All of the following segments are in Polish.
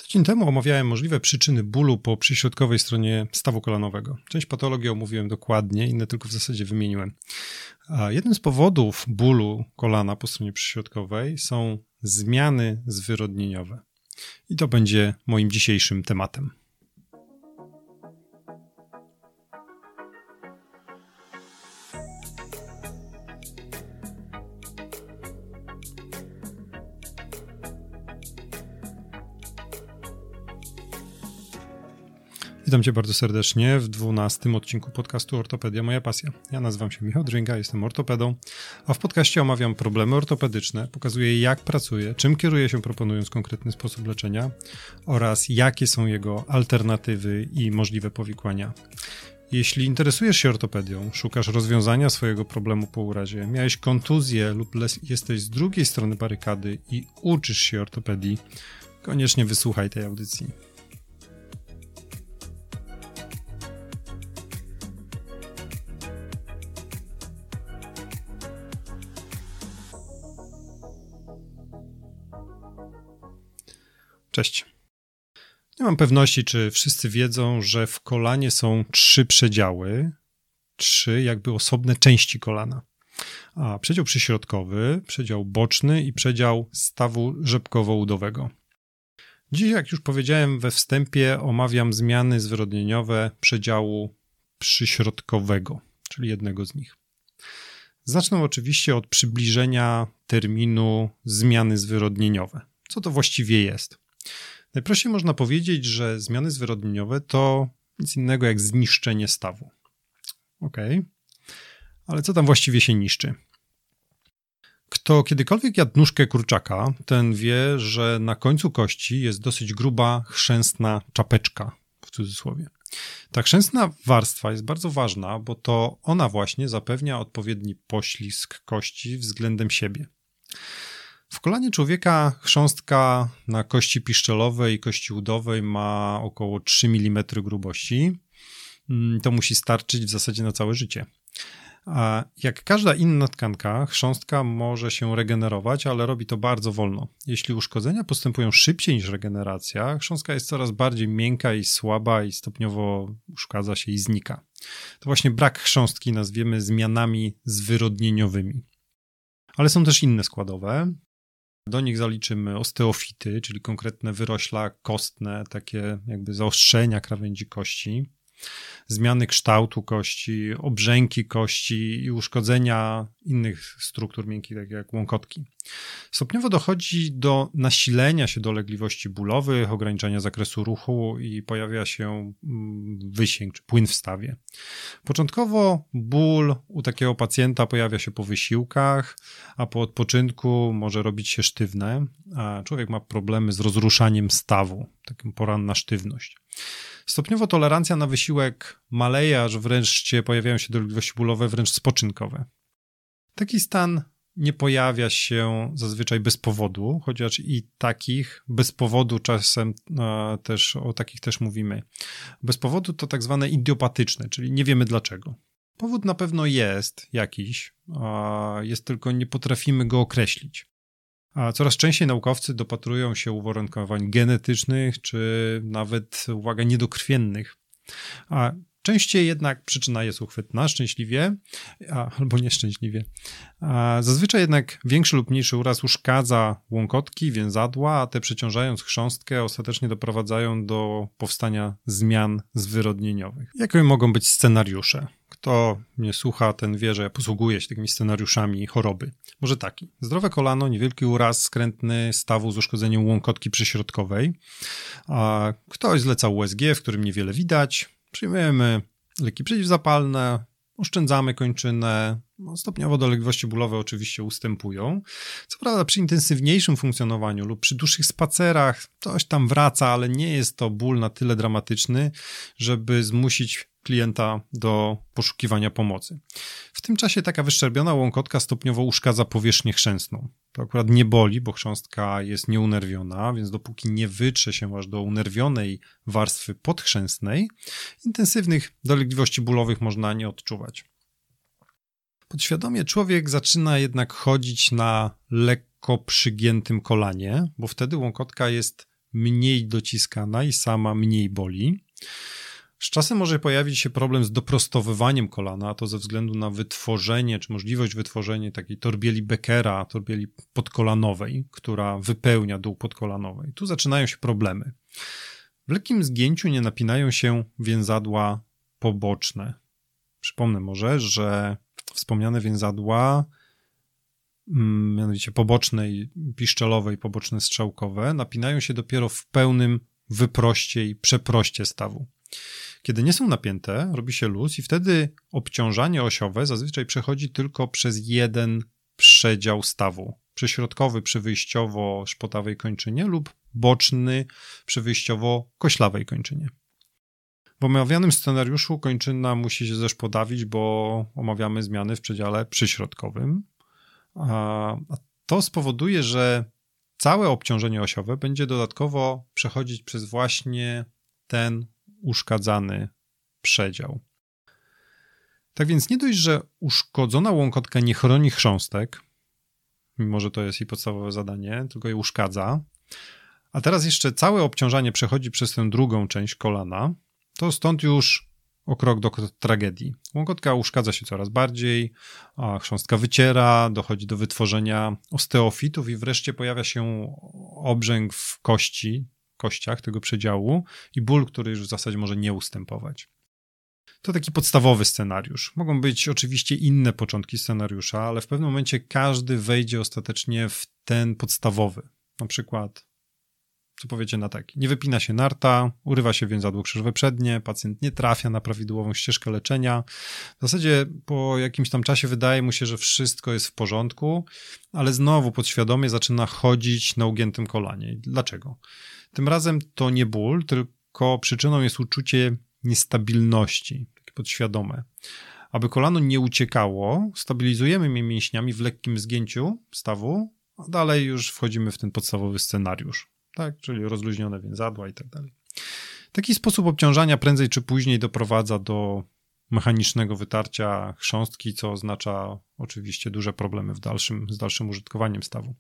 Tydzień temu omawiałem możliwe przyczyny bólu po przyśrodkowej stronie stawu kolanowego. Część patologii omówiłem dokładnie, inne tylko w zasadzie wymieniłem. A jednym z powodów bólu kolana po stronie przyśrodkowej są zmiany zwyrodnieniowe. I to będzie moim dzisiejszym tematem. Witam Cię bardzo serdecznie w 12. odcinku podcastu Ortopedia Moja Pasja. Ja nazywam się Michał Drynga, jestem ortopedą, a w podcaście omawiam problemy ortopedyczne, pokazuję jak pracuję, czym kieruję się proponując konkretny sposób leczenia oraz jakie są jego alternatywy i możliwe powikłania. Jeśli interesujesz się ortopedią, szukasz rozwiązania swojego problemu po urazie, miałeś kontuzję lub jesteś z drugiej strony barykady i uczysz się ortopedii, koniecznie wysłuchaj tej audycji. Cześć. Nie mam pewności, czy wszyscy wiedzą, że w kolanie są 3 przedziały, 3 jakby osobne części kolana. A przedział przyśrodkowy, przedział boczny i przedział stawu rzepkowo-udowego. Dziś, jak już powiedziałem we wstępie, omawiam zmiany zwyrodnieniowe przedziału przyśrodkowego, czyli jednego z nich. Zacznę oczywiście od przybliżenia terminu zmiany zwyrodnieniowe. Co to właściwie jest? Najprościej można powiedzieć, że zmiany zwyrodnieniowe to nic innego jak zniszczenie stawu. Okej. Ale co tam właściwie się niszczy? Kto kiedykolwiek jadł nóżkę kurczaka, ten wie, że na końcu kości jest dosyć gruba, chrzęstna czapeczka, w cudzysłowie. Ta chrzęstna warstwa jest bardzo ważna, bo to ona właśnie zapewnia odpowiedni poślizg kości względem siebie. W kolanie człowieka chrząstka na kości piszczelowej i kości udowej ma około 3 mm grubości. To musi starczyć w zasadzie na całe życie. A jak każda inna tkanka, chrząstka może się regenerować, ale robi to bardzo wolno. Jeśli uszkodzenia postępują szybciej niż regeneracja, chrząstka jest coraz bardziej miękka i słaba i stopniowo uszkadza się i znika. To właśnie brak chrząstki nazwiemy zmianami zwyrodnieniowymi. Ale są też inne składowe. Do nich zaliczymy osteofity, czyli konkretne wyrośla kostne, takie jakby zaostrzenia krawędzi kości, zmiany kształtu kości, obrzęki kości i uszkodzenia innych struktur miękkich, takie jak łąkotki. Stopniowo dochodzi do nasilenia się dolegliwości bólowych, ograniczania zakresu ruchu i pojawia się wysięg czy płyn w stawie. Początkowo ból u takiego pacjenta pojawia się po wysiłkach, a po odpoczynku może robić się sztywne, a człowiek ma problemy z rozruszaniem stawu, taką poranna sztywność. Stopniowo tolerancja na wysiłek maleje, aż wreszcie pojawiają się dolegliwości bólowe wręcz spoczynkowe. Taki stan nie pojawia się zazwyczaj bez powodu, chociaż i takich bez powodu czasem też o takich też mówimy. Bez powodu to tak zwane idiopatyczne, czyli nie wiemy dlaczego. Powód na pewno jest jakiś, jest tylko nie potrafimy go określić. A coraz częściej naukowcy dopatrują się uwarunkowań genetycznych, czy nawet, uwaga, niedokrwiennych. A częściej jednak przyczyna jest uchwytna, szczęśliwie, albo nieszczęśliwie. Zazwyczaj jednak większy lub mniejszy uraz uszkadza łąkotki, więzadła, a te przeciążając chrząstkę ostatecznie doprowadzają do powstania zmian zwyrodnieniowych. Jakie mogą być scenariusze? Kto mnie słucha, ten wie, że ja posługuję się takimi scenariuszami choroby. Może taki. Zdrowe kolano, niewielki uraz skrętny stawu z uszkodzeniem łąkotki przyśrodkowej. Ktoś zlecał USG, w którym niewiele widać. Przyjmujemy leki przeciwzapalne, oszczędzamy kończynę. Stopniowo dolegliwości bólowe oczywiście ustępują. Co prawda przy intensywniejszym funkcjonowaniu lub przy dłuższych spacerach coś tam wraca, ale nie jest to ból na tyle dramatyczny, żeby zmusić klienta do poszukiwania pomocy. W tym czasie taka wyszczerbiona łąkotka stopniowo uszkadza powierzchnię chrzęstną. To akurat nie boli, bo chrząstka jest nieunerwiona, więc dopóki nie wytrze się aż do unerwionej warstwy podchrzęstnej, intensywnych dolegliwości bólowych można nie odczuwać. Podświadomie człowiek zaczyna jednak chodzić na lekko przygiętym kolanie, bo wtedy łąkotka jest mniej dociskana i sama mniej boli. Z czasem może pojawić się problem z doprostowywaniem kolana, a to ze względu na wytworzenie, czy możliwość wytworzenia takiej torbieli Beckera, torbieli podkolanowej, która wypełnia dół podkolanowej. Tu zaczynają się problemy. W lekkim zgięciu nie napinają się więzadła poboczne. Przypomnę może, że wspomniane więzadła, mianowicie poboczne i piszczelowe i poboczne strzałkowe, napinają się dopiero w pełnym wyproście i przeproście stawu. Kiedy nie są napięte, robi się luz i wtedy obciążanie osiowe zazwyczaj przechodzi tylko przez jeden przedział stawu. Przyśrodkowy przy wyjściowo-szpotawej kończynie lub boczny przy wyjściowo-koślawej kończynie. W omawianym scenariuszu kończyna musi się zeszpotawić, bo omawiamy zmiany w przedziale przyśrodkowym. A to spowoduje, że całe obciążenie osiowe będzie dodatkowo przechodzić przez właśnie ten uszkadzany przedział. Tak więc nie dość, że uszkodzona łąkotka nie chroni chrząstek, mimo że to jest jej podstawowe zadanie, tylko je uszkadza, a teraz jeszcze całe obciążanie przechodzi przez tę drugą część kolana, to stąd już o krok do tragedii. Łąkotka uszkadza się coraz bardziej, a chrząstka wyciera, dochodzi do wytworzenia osteofitów i wreszcie pojawia się obrzęk w kościach tego przedziału i ból, który już w zasadzie może nie ustępować. To taki podstawowy scenariusz. Mogą być oczywiście inne początki scenariusza, ale w pewnym momencie każdy wejdzie ostatecznie w ten podstawowy. Na przykład, co powiecie na taki? Nie wypina się narta, urywa się więzadło krzyżowe przednie, pacjent nie trafia na prawidłową ścieżkę leczenia. W zasadzie po jakimś tam czasie wydaje mu się, że wszystko jest w porządku, ale znowu podświadomie zaczyna chodzić na ugiętym kolanie. Dlaczego? Tym razem to nie ból, tylko przyczyną jest uczucie niestabilności, takie podświadome. Aby kolano nie uciekało, stabilizujemy je mięśniami w lekkim zgięciu stawu, a dalej już wchodzimy w ten podstawowy scenariusz, tak? Czyli rozluźnione więzadła i tak dalej. Taki sposób obciążania prędzej czy później doprowadza do mechanicznego wytarcia chrząstki, co oznacza oczywiście duże problemy z dalszym użytkowaniem stawu.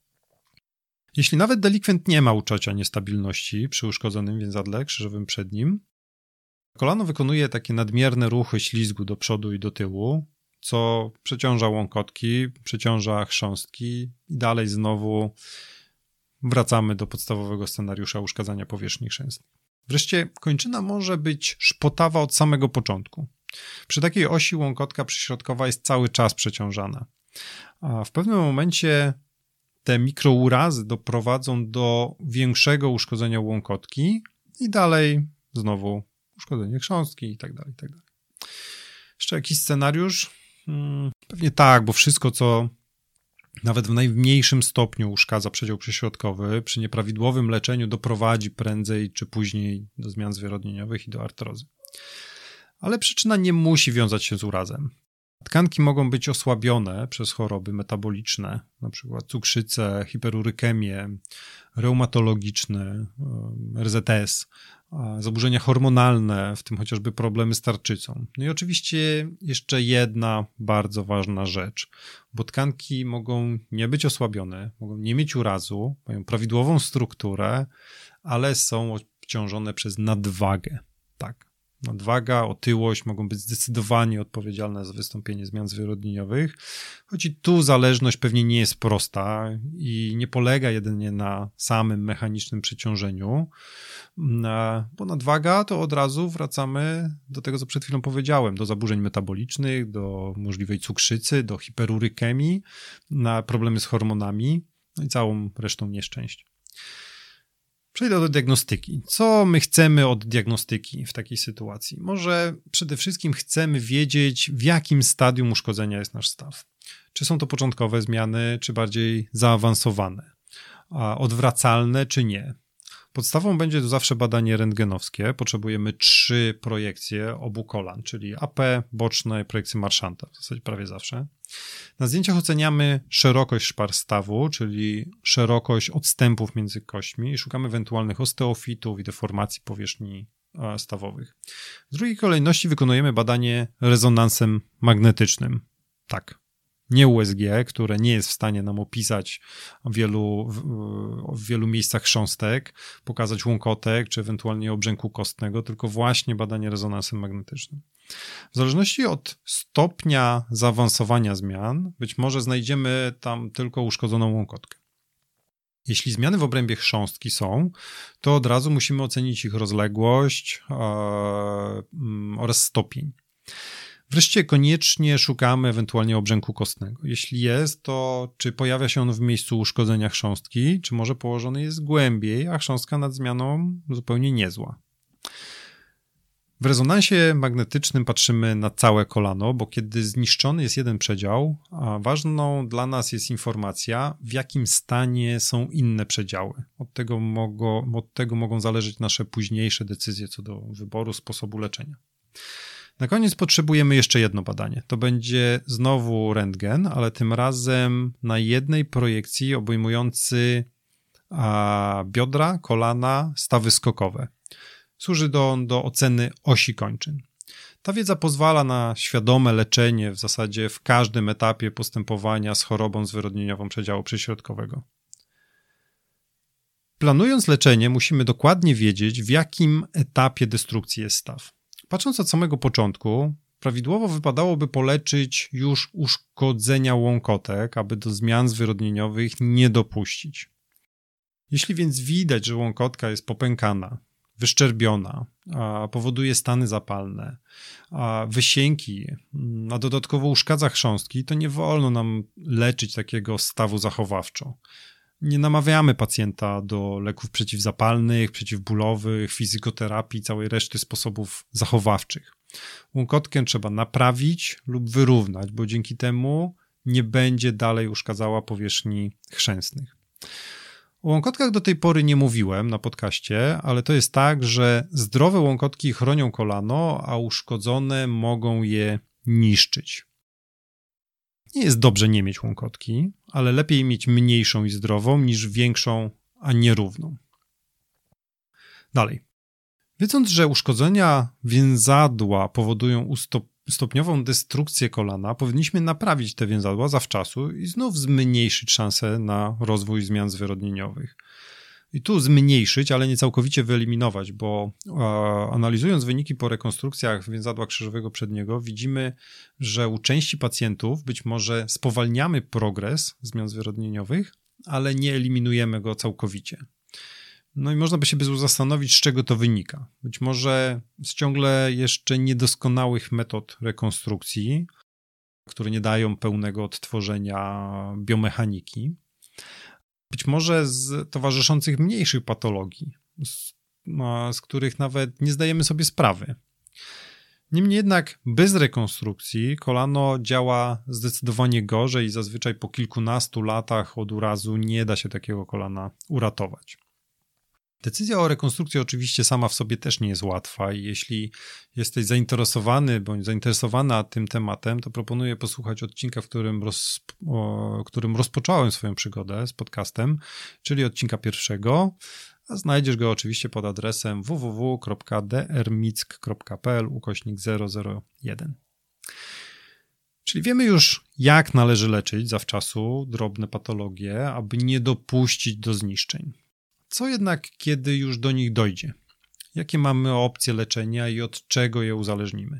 Jeśli nawet delikwent nie ma uczucia niestabilności przy uszkodzonym więzadle krzyżowym przednim, kolano wykonuje takie nadmierne ruchy ślizgu do przodu i do tyłu, co przeciąża łąkotki, przeciąża chrząstki i dalej znowu wracamy do podstawowego scenariusza uszkadzania powierzchni chrzęstnej. Wreszcie kończyna może być szpotawa od samego początku. Przy takiej osi łąkotka przyśrodkowa jest cały czas przeciążana, a w pewnym momencie te mikrourazy doprowadzą do większego uszkodzenia łąkotki i dalej znowu uszkodzenie chrząstki i tak dalej, i tak dalej. Jeszcze jakiś scenariusz? Pewnie tak, bo wszystko, co nawet w najmniejszym stopniu uszkadza przedział przyśrodkowy, przy nieprawidłowym leczeniu doprowadzi prędzej czy później do zmian zwyrodnieniowych i do artrozy. Ale przyczyna nie musi wiązać się z urazem. Tkanki mogą być osłabione przez choroby metaboliczne, np. cukrzycę, hiperurykemię, reumatologiczne, RZS, zaburzenia hormonalne, w tym chociażby problemy z tarczycą. No i oczywiście jeszcze jedna bardzo ważna rzecz, bo tkanki mogą nie być osłabione, mogą nie mieć urazu, mają prawidłową strukturę, ale są obciążone przez nadwagę. Tak. Nadwaga, otyłość mogą być zdecydowanie odpowiedzialne za wystąpienie zmian zwyrodnieniowych, choć i tu zależność pewnie nie jest prosta i nie polega jedynie na samym mechanicznym przeciążeniu, bo nadwaga to od razu wracamy do tego, co przed chwilą powiedziałem, do zaburzeń metabolicznych, do możliwej cukrzycy, do hiperurykemii, na problemy z hormonami, no i całą resztą nieszczęść. Przejdę do diagnostyki. Co my chcemy od diagnostyki w takiej sytuacji? Może przede wszystkim chcemy wiedzieć, w jakim stadium uszkodzenia jest nasz staw. Czy są to początkowe zmiany, czy bardziej zaawansowane, a odwracalne, czy nie. Podstawą będzie tu zawsze badanie rentgenowskie. Potrzebujemy 3 projekcje obu kolan, czyli AP, boczne, projekcje Marchanta, w zasadzie prawie zawsze. Na zdjęciach oceniamy szerokość szpar stawu, czyli szerokość odstępów między kośćmi i szukamy ewentualnych osteofitów i deformacji powierzchni stawowych. W drugiej kolejności wykonujemy badanie rezonansem magnetycznym. Tak, nie USG, które nie jest w stanie nam opisać w wielu miejscach chrząstek, pokazać łąkotek, czy ewentualnie obrzęku kostnego, tylko właśnie badanie rezonansem magnetycznym. W zależności od stopnia zaawansowania zmian, być może znajdziemy tam tylko uszkodzoną łąkotkę. Jeśli zmiany w obrębie chrząstki są, to od razu musimy ocenić ich rozległość oraz stopień. Wreszcie koniecznie szukamy ewentualnie obrzęku kostnego. Jeśli jest, to czy pojawia się on w miejscu uszkodzenia chrząstki, czy może położony jest głębiej, a chrząstka nad zmianą zupełnie niezła. W rezonansie magnetycznym patrzymy na całe kolano, bo kiedy zniszczony jest jeden przedział, a ważną dla nas jest informacja, w jakim stanie są inne przedziały. Od tego mogą zależeć nasze późniejsze decyzje co do wyboru sposobu leczenia. Na koniec potrzebujemy jeszcze jedno badanie. To będzie znowu rentgen, ale tym razem na jednej projekcji obejmujący biodra, kolana, stawy skokowe. Służy do oceny osi kończyn. Ta wiedza pozwala na świadome leczenie w zasadzie w każdym etapie postępowania z chorobą zwyrodnieniową przedziału przyśrodkowego. Planując leczenie, musimy dokładnie wiedzieć, w jakim etapie destrukcji jest staw. Patrząc od samego początku, prawidłowo wypadałoby poleczyć już uszkodzenia łąkotek, aby do zmian zwyrodnieniowych nie dopuścić. Jeśli więc widać, że łąkotka jest popękana, wyszczerbiona, powoduje stany zapalne, wysięki, a dodatkowo uszkadza chrząstki, to nie wolno nam leczyć takiego stawu zachowawczo. Nie namawiamy pacjenta do leków przeciwzapalnych, przeciwbólowych, fizykoterapii, całej reszty sposobów zachowawczych. Łąkotkę trzeba naprawić lub wyrównać, bo dzięki temu nie będzie dalej uszkadzała powierzchni chrzęstnych. O łąkotkach do tej pory nie mówiłem na podcaście, ale to jest tak, że zdrowe łąkotki chronią kolano, a uszkodzone mogą je niszczyć. Nie jest dobrze nie mieć łąkotki, ale lepiej mieć mniejszą i zdrową niż większą, a nierówną. Dalej. Wiedząc, że uszkodzenia więzadła powodują stopniową destrukcję kolana, powinniśmy naprawić te więzadła zawczasu i znów zmniejszyć szanse na rozwój zmian zwyrodnieniowych. I tu zmniejszyć, ale nie całkowicie wyeliminować, bo analizując wyniki po rekonstrukcjach więzadła krzyżowego przedniego, widzimy, że u części pacjentów być może spowalniamy progres zmian zwyrodnieniowych, ale nie eliminujemy go całkowicie. No i można by się zastanowić, z czego to wynika. Być może z ciągle jeszcze niedoskonałych metod rekonstrukcji, które nie dają pełnego odtworzenia biomechaniki. Być może z towarzyszących mniejszych patologii, z których nawet nie zdajemy sobie sprawy. Niemniej jednak bez rekonstrukcji kolano działa zdecydowanie gorzej i zazwyczaj po kilkunastu latach od urazu nie da się takiego kolana uratować. Decyzja o rekonstrukcji oczywiście sama w sobie też nie jest łatwa i jeśli jesteś zainteresowany bądź zainteresowana tym tematem, to proponuję posłuchać odcinka, w którym rozpocząłem swoją przygodę z podcastem, czyli odcinka 1, a znajdziesz go oczywiście pod adresem www.drmick.pl/001. Czyli wiemy już, jak należy leczyć zawczasu drobne patologie, aby nie dopuścić do zniszczeń. Co jednak, kiedy już do nich dojdzie? Jakie mamy opcje leczenia i od czego je uzależnimy?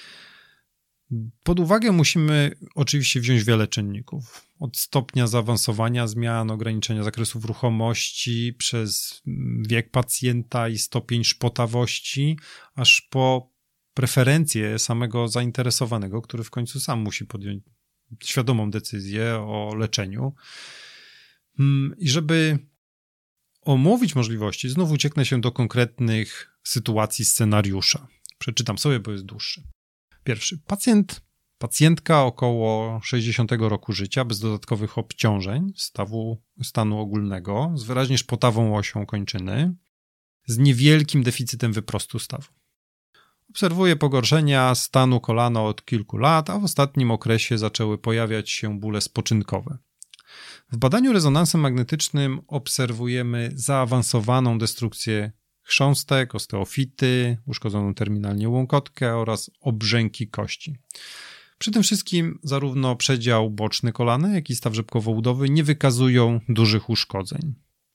Pod uwagę musimy oczywiście wziąć wiele czynników. Od stopnia zaawansowania zmian, ograniczenia zakresów ruchomości, przez wiek pacjenta i stopień szpotawości, aż po preferencje samego zainteresowanego, który w końcu sam musi podjąć świadomą decyzję o leczeniu. I żeby omówić możliwości, znów ucieknę się do konkretnych sytuacji scenariusza. Przeczytam sobie, bo jest dłuższy. Pierwszy. Pacjentka około 60 roku życia, bez dodatkowych obciążeń stanu ogólnego, z wyraźnie szpotawą osią kończyny, z niewielkim deficytem wyprostu stawu. Obserwuje pogorszenia stanu kolana od kilku lat, a w ostatnim okresie zaczęły pojawiać się bóle spoczynkowe. W badaniu rezonansem magnetycznym obserwujemy zaawansowaną destrukcję chrząstek, osteofity, uszkodzoną terminalnie łąkotkę oraz obrzęki kości. Przy tym wszystkim zarówno przedział boczny kolana, jak i staw rzepkowo-udowy nie wykazują dużych uszkodzeń.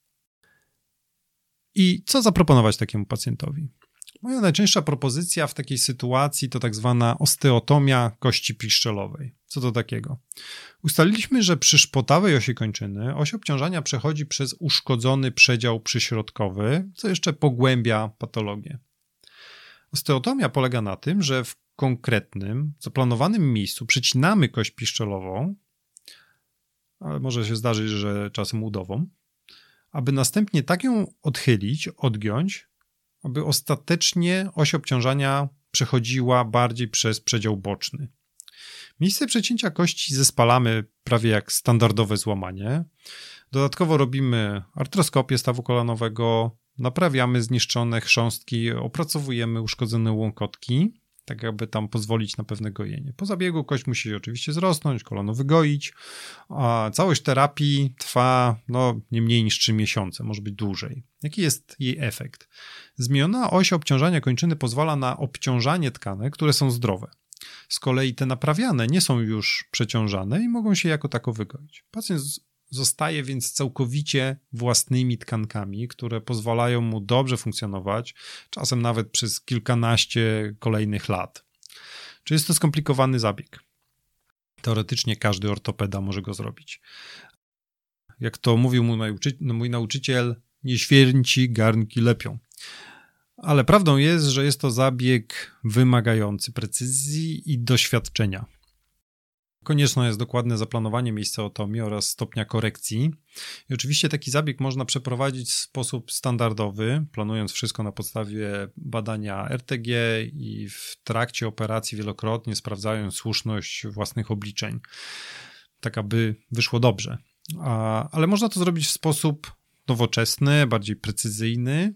I co zaproponować takiemu pacjentowi? Moja najczęstsza propozycja w takiej sytuacji to tak zwana osteotomia kości piszczelowej. Co to takiego? Ustaliliśmy, że przy szpotawej osi kończyny oś obciążania przechodzi przez uszkodzony przedział przyśrodkowy, co jeszcze pogłębia patologię. Osteotomia polega na tym, że w konkretnym, zaplanowanym miejscu przecinamy kość piszczelową, ale może się zdarzyć, że czasem udową, aby następnie tak ją odchylić, odgiąć, aby ostatecznie oś obciążania przechodziła bardziej przez przedział boczny. Miejsce przecięcia kości zespalamy prawie jak standardowe złamanie. Dodatkowo robimy artroskopię stawu kolanowego, naprawiamy zniszczone chrząstki, opracowujemy uszkodzone łąkotki, tak aby tam pozwolić na pewne gojenie. Po zabiegu kość musi oczywiście zrosnąć, kolano wygoić, a całość terapii trwa nie mniej niż 3 miesiące, może być dłużej. Jaki jest jej efekt? Zmieniona oś obciążania kończyny pozwala na obciążanie tkanek, które są zdrowe. Z kolei te naprawiane nie są już przeciążane i mogą się jako tako wygoić. Pacjent zostaje więc całkowicie własnymi tkankami, które pozwalają mu dobrze funkcjonować, czasem nawet przez kilkanaście kolejnych lat. Czy jest to skomplikowany zabieg? Teoretycznie każdy ortopeda może go zrobić. Jak to mówił mój nauczyciel, nie święci garnki lepią. Ale prawdą jest, że jest to zabieg wymagający precyzji i doświadczenia. Konieczne jest dokładne zaplanowanie miejsca otomii oraz stopnia korekcji. I oczywiście taki zabieg można przeprowadzić w sposób standardowy, planując wszystko na podstawie badania RTG i w trakcie operacji wielokrotnie sprawdzając słuszność własnych obliczeń, tak aby wyszło dobrze. Ale można to zrobić w sposób nowoczesny, bardziej precyzyjny.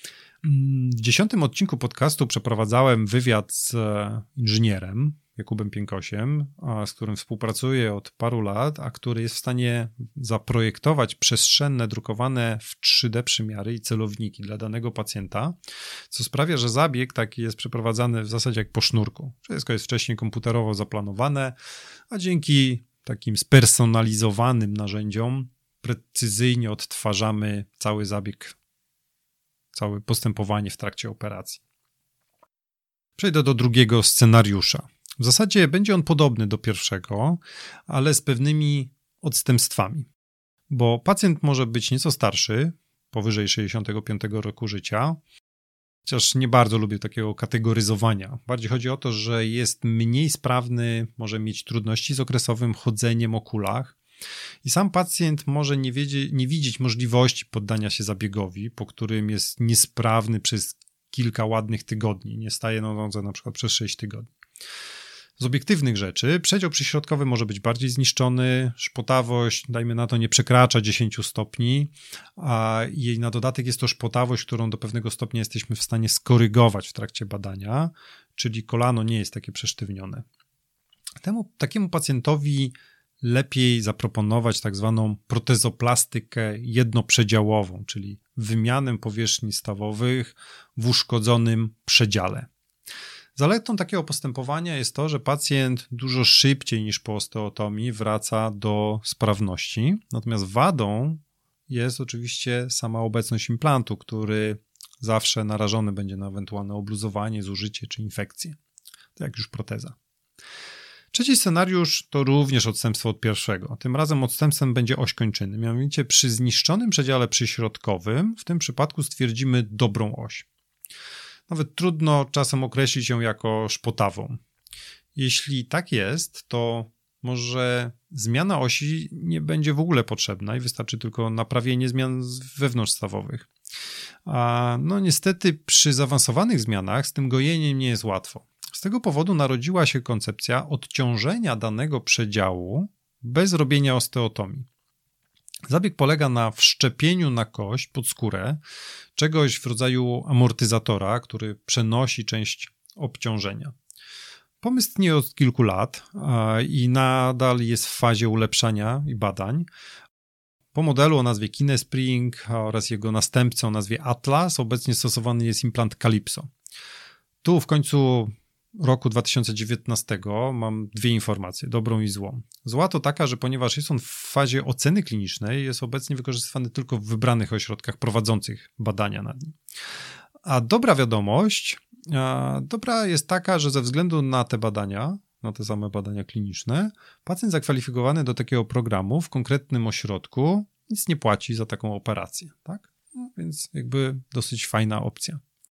W 10. odcinku podcastu przeprowadzałem wywiad z inżynierem Jakubem Pienkosiem, z którym współpracuję od paru lat, a który jest w stanie zaprojektować przestrzenne, drukowane w 3D przymiary i celowniki dla danego pacjenta, co sprawia, że zabieg taki jest przeprowadzany w zasadzie jak po sznurku. Wszystko jest wcześniej komputerowo zaplanowane, a dzięki takim spersonalizowanym narzędziom precyzyjnie odtwarzamy cały zabieg, całe postępowanie w trakcie operacji. Przejdę do drugiego scenariusza. W zasadzie będzie on podobny do pierwszego, ale z pewnymi odstępstwami, bo pacjent może być nieco starszy, powyżej 65 roku życia, chociaż nie bardzo lubię takiego kategoryzowania. Bardziej chodzi o to, że jest mniej sprawny, może mieć trudności z okresowym chodzeniem o kulach i sam pacjent może nie widzieć możliwości poddania się zabiegowi, po którym jest niesprawny przez kilka ładnych tygodni, nie staje na nodze na przykład przez 6 tygodni. Z obiektywnych rzeczy przedział przyśrodkowy może być bardziej zniszczony, szpotawość, dajmy na to, nie przekracza 10 stopni, a jej na dodatek jest to szpotawość, którą do pewnego stopnia jesteśmy w stanie skorygować w trakcie badania, czyli kolano nie jest takie przesztywnione. Takiemu pacjentowi lepiej zaproponować tak zwaną protezoplastykę jednoprzedziałową, czyli wymianę powierzchni stawowych w uszkodzonym przedziale. Zaletą takiego postępowania jest to, że pacjent dużo szybciej niż po osteotomii wraca do sprawności, natomiast wadą jest oczywiście sama obecność implantu, który zawsze narażony będzie na ewentualne obluzowanie, zużycie czy infekcję, tak jak już proteza. Trzeci scenariusz to również odstępstwo od pierwszego. Tym razem odstępstwem będzie oś kończyny. Mianowicie przy zniszczonym przedziale przyśrodkowym w tym przypadku stwierdzimy dobrą oś. Nawet trudno czasem określić ją jako szpotawą. Jeśli tak jest, to może zmiana osi nie będzie w ogóle potrzebna i wystarczy tylko naprawienie zmian wewnątrzstawowych. A niestety przy zaawansowanych zmianach z tym gojeniem nie jest łatwo. Z tego powodu narodziła się koncepcja odciążenia danego przedziału bez robienia osteotomii. Zabieg polega na wszczepieniu na kość pod skórę czegoś w rodzaju amortyzatora, który przenosi część obciążenia. Pomysł istnieje od kilku lat i nadal jest w fazie ulepszania i badań. Po modelu o nazwie Kinespring oraz jego następcy o nazwie Atlas obecnie stosowany jest implant Calypso. Tu w końcu roku 2019 mam dwie informacje, dobrą i złą. Zła to taka, że ponieważ jest on w fazie oceny klinicznej, jest obecnie wykorzystywany tylko w wybranych ośrodkach prowadzących badania nad nim. A dobra wiadomość, dobra jest taka, że ze względu na te badania, na te same badania kliniczne, pacjent zakwalifikowany do takiego programu w konkretnym ośrodku nic nie płaci za taką operację, tak? No, więc jakby dosyć fajna opcja.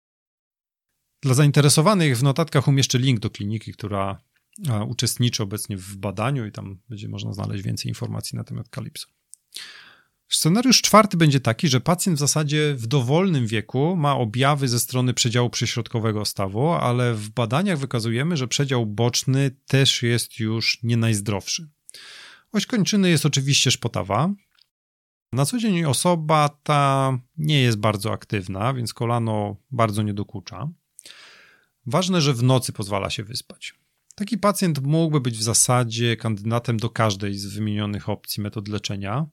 Dla zainteresowanych w notatkach umieszczę link do kliniki, która uczestniczy obecnie w badaniu i tam będzie można znaleźć więcej informacji na temat Calypso. Scenariusz czwarty będzie taki, że pacjent w zasadzie w dowolnym wieku ma objawy ze strony przedziału przyśrodkowego stawu, ale w badaniach wykazujemy, że przedział boczny też jest już nie najzdrowszy. Oś kończyny jest oczywiście szpotawa. Na co dzień osoba ta nie jest bardzo aktywna, więc kolano bardzo nie dokucza. Ważne, że w nocy pozwala się wyspać. Taki pacjent mógłby być w zasadzie kandydatem do każdej z wymienionych opcji metod leczenia.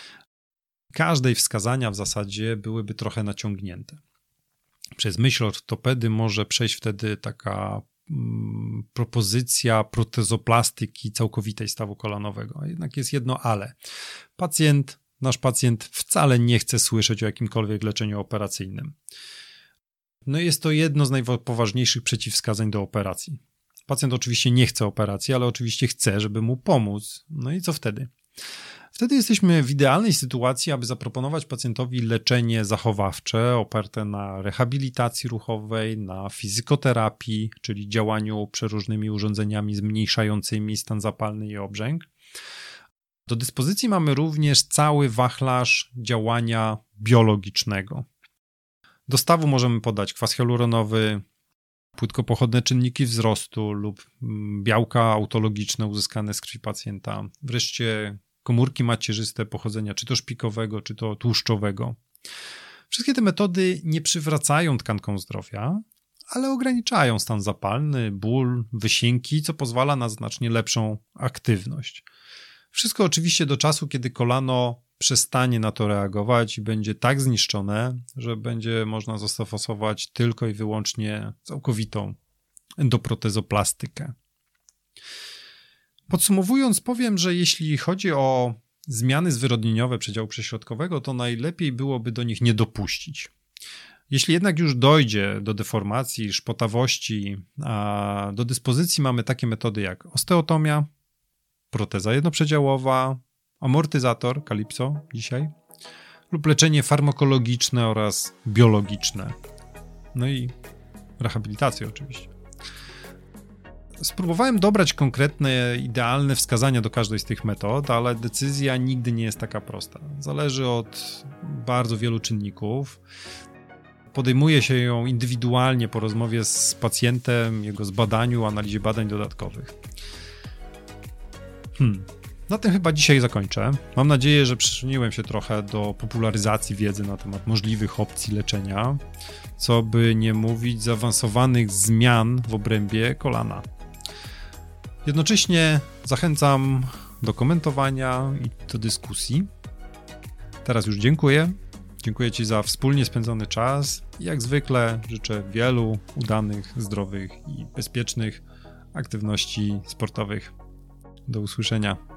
Każdej wskazania w zasadzie byłyby trochę naciągnięte. Przez myśl ortopedy może przejść wtedy taka propozycja protezoplastyki całkowitej stawu kolanowego. Jednak jest jedno ale. Nasz pacjent wcale nie chce słyszeć o jakimkolwiek leczeniu operacyjnym. No jest to jedno z najpoważniejszych przeciwwskazań do operacji. Pacjent oczywiście nie chce operacji, ale oczywiście chce, żeby mu pomóc. No i co wtedy? Wtedy jesteśmy w idealnej sytuacji, aby zaproponować pacjentowi leczenie zachowawcze oparte na rehabilitacji ruchowej, na fizykoterapii, czyli działaniu przeróżnymi urządzeniami zmniejszającymi stan zapalny i obrzęk. Do dyspozycji mamy również cały wachlarz działania biologicznego. Do stawu możemy podać kwas hialuronowy, płytkopochodne czynniki wzrostu lub białka autologiczne uzyskane z krwi pacjenta. Wreszcie komórki macierzyste pochodzenia czy to szpikowego, czy to tłuszczowego. Wszystkie te metody nie przywracają tkankom zdrowia, ale ograniczają stan zapalny, ból, wysięki, co pozwala na znacznie lepszą aktywność. Wszystko oczywiście do czasu, kiedy kolano przestanie na to reagować i będzie tak zniszczone, że będzie można zastosować tylko i wyłącznie całkowitą endoprotezoplastykę. Podsumowując, powiem, że jeśli chodzi o zmiany zwyrodnieniowe przedziału przyśrodkowego, to najlepiej byłoby do nich nie dopuścić. Jeśli jednak już dojdzie do deformacji, szpotawości, a do dyspozycji mamy takie metody jak osteotomia, proteza jednoprzedziałowa, amortyzator, Calypso dzisiaj, lub leczenie farmakologiczne oraz biologiczne. No i rehabilitację oczywiście. Spróbowałem dobrać konkretne, idealne wskazania do każdej z tych metod, ale decyzja nigdy nie jest taka prosta. Zależy od bardzo wielu czynników. Podejmuje się ją indywidualnie po rozmowie z pacjentem, jego zbadaniu, analizie badań dodatkowych. Na tym chyba dzisiaj zakończę. Mam nadzieję, że przyczyniłem się trochę do popularyzacji wiedzy na temat możliwych opcji leczenia, co by nie mówić zaawansowanych zmian w obrębie kolana. Jednocześnie zachęcam do komentowania i do dyskusji. Teraz już dziękuję. Dziękuję Ci za wspólnie spędzony czas i jak zwykle życzę wielu udanych, zdrowych i bezpiecznych aktywności sportowych. Do usłyszenia.